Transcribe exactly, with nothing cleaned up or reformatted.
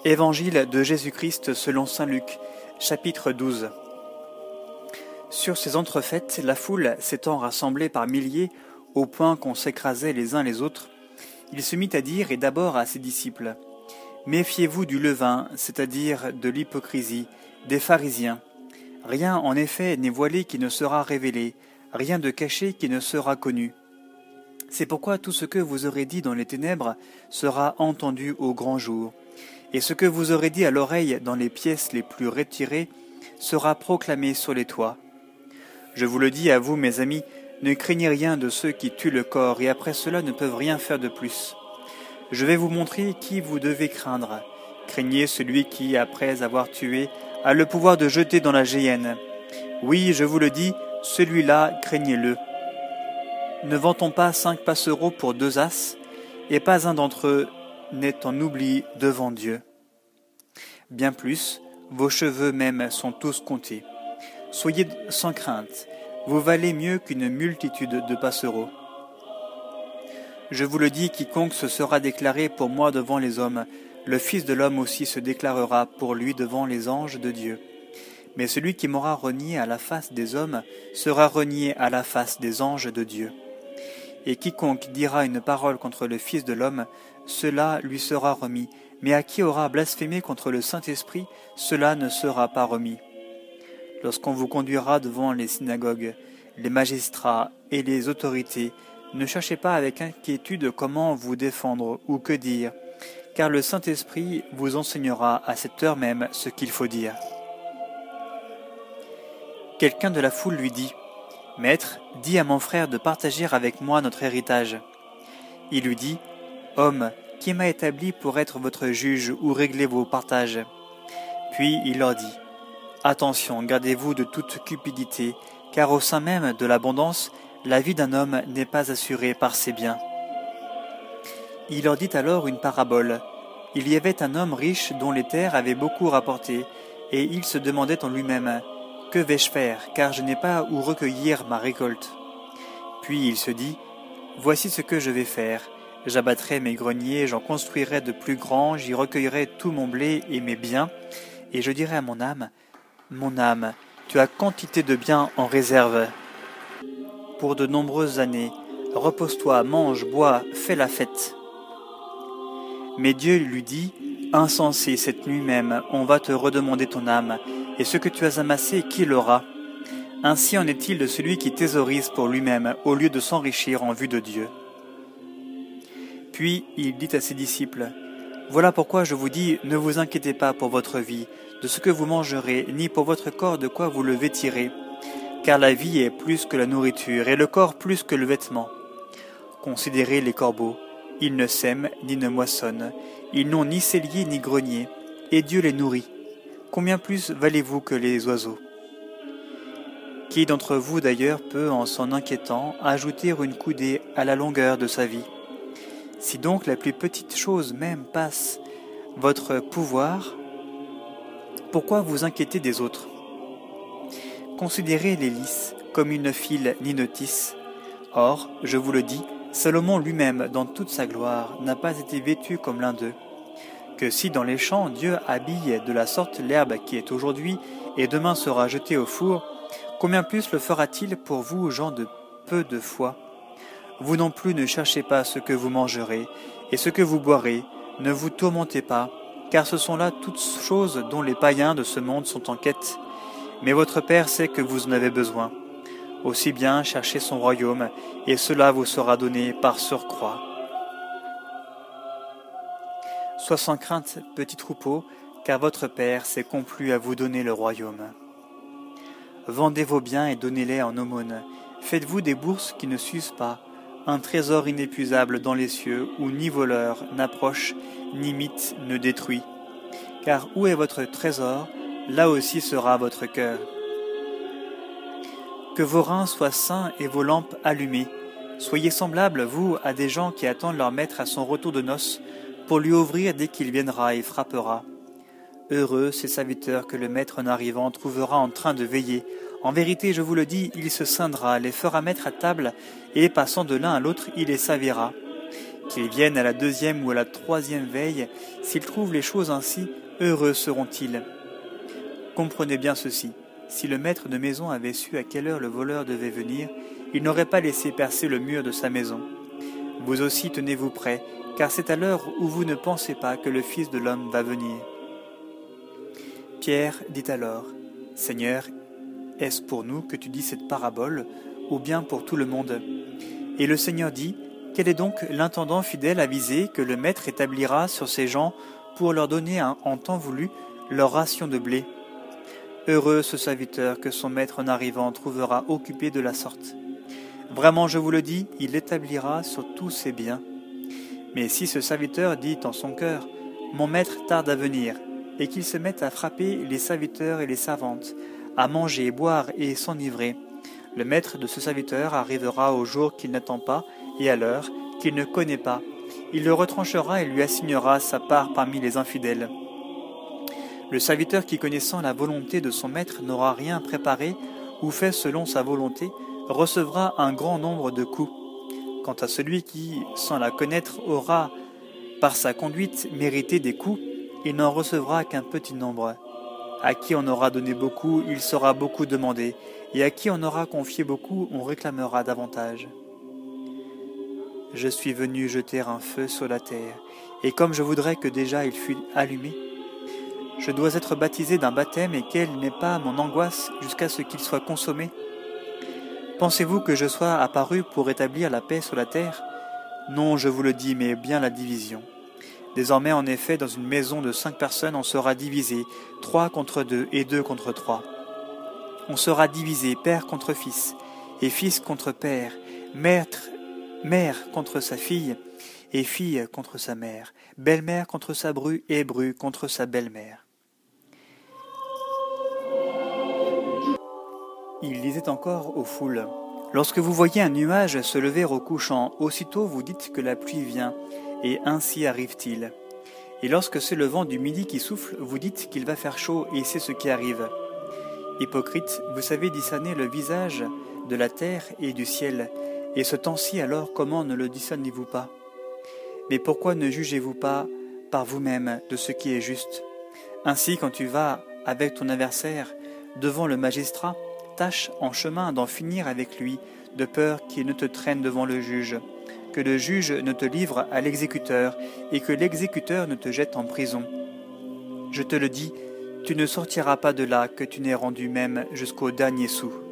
Évangile de Jésus-Christ selon saint Luc, chapitre douze. Sur ces entrefaites, la foule s'étant rassemblée par milliers, au point qu'on s'écrasait les uns les autres, il se mit à dire, et d'abord à ses disciples, « Méfiez-vous du levain, c'est-à-dire de l'hypocrisie, des pharisiens. Rien en effet n'est voilé qui ne sera révélé, rien de caché qui ne sera connu. C'est pourquoi tout ce que vous aurez dit dans les ténèbres sera entendu au grand jour. Et ce que vous aurez dit à l'oreille dans les pièces les plus retirées sera proclamé sur les toits. Je vous le dis à vous, mes amis, ne craignez rien de ceux qui tuent le corps et après cela ne peuvent rien faire de plus. Je vais vous montrer qui vous devez craindre. Craignez celui qui, après avoir tué, a le pouvoir de jeter dans la géhenne. Oui, je vous le dis, celui-là, craignez-le. Ne vend-on pas cinq passereaux pour deux as, et pas un d'entre eux n'est en oubli devant Dieu. Bien plus, vos cheveux même sont tous comptés. Soyez sans crainte, vous valez mieux qu'une multitude de passereaux. Je vous le dis, quiconque se sera déclaré pour moi devant les hommes, le Fils de l'homme aussi se déclarera pour lui devant les anges de Dieu. Mais celui qui m'aura renié à la face des hommes sera renié à la face des anges de Dieu. Et quiconque dira une parole contre le Fils de l'homme, cela lui sera remis, mais à qui aura blasphémé contre le Saint-Esprit, cela ne sera pas remis. Lorsqu'on vous conduira devant les synagogues, les magistrats et les autorités, ne cherchez pas avec inquiétude comment vous défendre ou que dire, car le Saint-Esprit vous enseignera à cette heure même ce qu'il faut dire. Quelqu'un de la foule lui dit, « Maître, dis à mon frère de partager avec moi notre héritage. » Il lui dit, « Homme, qui m'a établi pour être votre juge ou régler vos partages ?» Puis il leur dit, « Attention, gardez-vous de toute cupidité, car au sein même de l'abondance, la vie d'un homme n'est pas assurée par ses biens. » Il leur dit alors une parabole. Il y avait un homme riche dont les terres avaient beaucoup rapporté, et il se demandait en lui-même, « Que vais-je faire, car je n'ai pas où recueillir ma récolte ?» Puis il se dit, « Voici ce que je vais faire. J'abattrai mes greniers, j'en construirai de plus grands, j'y recueillerai tout mon blé et mes biens, et je dirai à mon âme, « Mon âme, tu as quantité de biens en réserve. Pour de nombreuses années, repose-toi, mange, bois, fais la fête. » Mais Dieu lui dit, « Insensé, cette nuit même, on va te redemander ton âme, et ce que tu as amassé, qui l'aura ? Ainsi en est-il de celui qui thésaurise pour lui-même, au lieu de s'enrichir en vue de Dieu. » Puis il dit à ses disciples, « Voilà pourquoi je vous dis, ne vous inquiétez pas pour votre vie, de ce que vous mangerez, ni pour votre corps de quoi vous le vêtirez, car la vie est plus que la nourriture, et le corps plus que le vêtement. Considérez les corbeaux, ils ne sèment ni ne moissonnent, ils n'ont ni cellier ni grenier, et Dieu les nourrit. Combien plus valez-vous que les oiseaux ? Qui d'entre vous d'ailleurs peut, en s'en inquiétant, ajouter une coudée à la longueur de sa vie ? Si donc la plus petite chose même passe votre pouvoir, pourquoi vous inquiétez des autres ? Considérez les lys comme une file ni ne tisse. Or, je vous le dis, Salomon lui-même, dans toute sa gloire, n'a pas été vêtu comme l'un d'eux. Que si dans les champs Dieu habille de la sorte l'herbe qui est aujourd'hui et demain sera jetée au four, combien plus le fera-t-il pour vous, gens de peu de foi ? Vous non plus ne cherchez pas ce que vous mangerez, et ce que vous boirez, ne vous tourmentez pas, car ce sont là toutes choses dont les païens de ce monde sont en quête. Mais votre Père sait que vous en avez besoin. Aussi bien cherchez son royaume, et cela vous sera donné par surcroît. Sois sans crainte, petit troupeau, car votre Père s'est complu à vous donner le royaume. Vendez vos biens et donnez-les en aumône. Faites-vous des bourses qui ne s'usent pas, un trésor inépuisable dans les cieux, où ni voleur n'approche, ni mythe ne détruit. Car où est votre trésor, là aussi sera votre cœur. Que vos reins soient sains et vos lampes allumées. Soyez semblables, vous, à des gens qui attendent leur maître à son retour de noces, pour lui ouvrir dès qu'il viendra et frappera. Heureux ces serviteurs que le maître en arrivant trouvera en train de veiller. En vérité, je vous le dis, il se scindra, les fera mettre à table, et passant de l'un à l'autre, il les servira. Qu'ils viennent à la deuxième ou à la troisième veille, s'ils trouvent les choses ainsi, heureux seront-ils. Comprenez bien ceci, si le maître de maison avait su à quelle heure le voleur devait venir, il n'aurait pas laissé percer le mur de sa maison. Vous aussi tenez-vous prêts, car c'est à l'heure où vous ne pensez pas que le Fils de l'homme va venir. Pierre dit alors, « Seigneur, est-ce pour nous que tu dis cette parabole, ou bien pour tout le monde ?» Et le Seigneur dit, « Quel est donc l'intendant fidèle avisé que le maître établira sur ses gens pour leur donner un, en temps voulu leur ration de blé ? Heureux ce serviteur que son maître en arrivant trouvera occupé de la sorte. Vraiment, je vous le dis, il l'établira sur tous ses biens. Mais si ce serviteur dit en son cœur, « Mon maître tarde à venir », et qu'il se mette à frapper les serviteurs et les servantes, à manger et boire et s'enivrer, le maître de ce serviteur arrivera au jour qu'il n'attend pas et à l'heure qu'il ne connaît pas. Il le retranchera et lui assignera sa part parmi les infidèles. Le serviteur qui, connaissant la volonté de son maître, n'aura rien préparé ou fait selon sa volonté, recevra un grand nombre de coups. Quant à celui qui, sans la connaître, aura, par sa conduite, mérité des coups, il n'en recevra qu'un petit nombre. À qui on aura donné beaucoup, il sera beaucoup demandé, et à qui on aura confié beaucoup, on réclamera davantage. Je suis venu jeter un feu sur la terre, et comme je voudrais que déjà il fût allumé, je dois être baptisé d'un baptême, et quelle n'est pas mon angoisse jusqu'à ce qu'il soit consommé. Pensez-vous que je sois apparu pour établir la paix sur la terre? Non, je vous le dis, mais bien la division. Désormais, en effet, dans une maison de cinq personnes, on sera divisé, trois contre deux et deux contre trois. On sera divisé, père contre fils, et fils contre père, maître, mère contre sa fille, et fille contre sa mère, belle-mère contre sa bru, et bru contre sa belle-mère. Il disait encore aux foules, « Lorsque vous voyez un nuage se lever au couchant, aussitôt vous dites que la pluie vient, et ainsi arrive-t-il. Et lorsque c'est le vent du midi qui souffle, vous dites qu'il va faire chaud, et c'est ce qui arrive. Hypocrite, vous savez discerner le visage de la terre et du ciel, et ce temps-ci alors comment ne le discernez-vous pas? Mais pourquoi ne jugez-vous pas par vous-même de ce qui est juste? Ainsi, quand tu vas avec ton adversaire devant le magistrat, tâche en chemin d'en finir avec lui, de peur qu'il ne te traîne devant le juge, que le juge ne te livre à l'exécuteur et que l'exécuteur ne te jette en prison. Je te le dis, tu ne sortiras pas de là que tu n'aies rendu même jusqu'au dernier sou.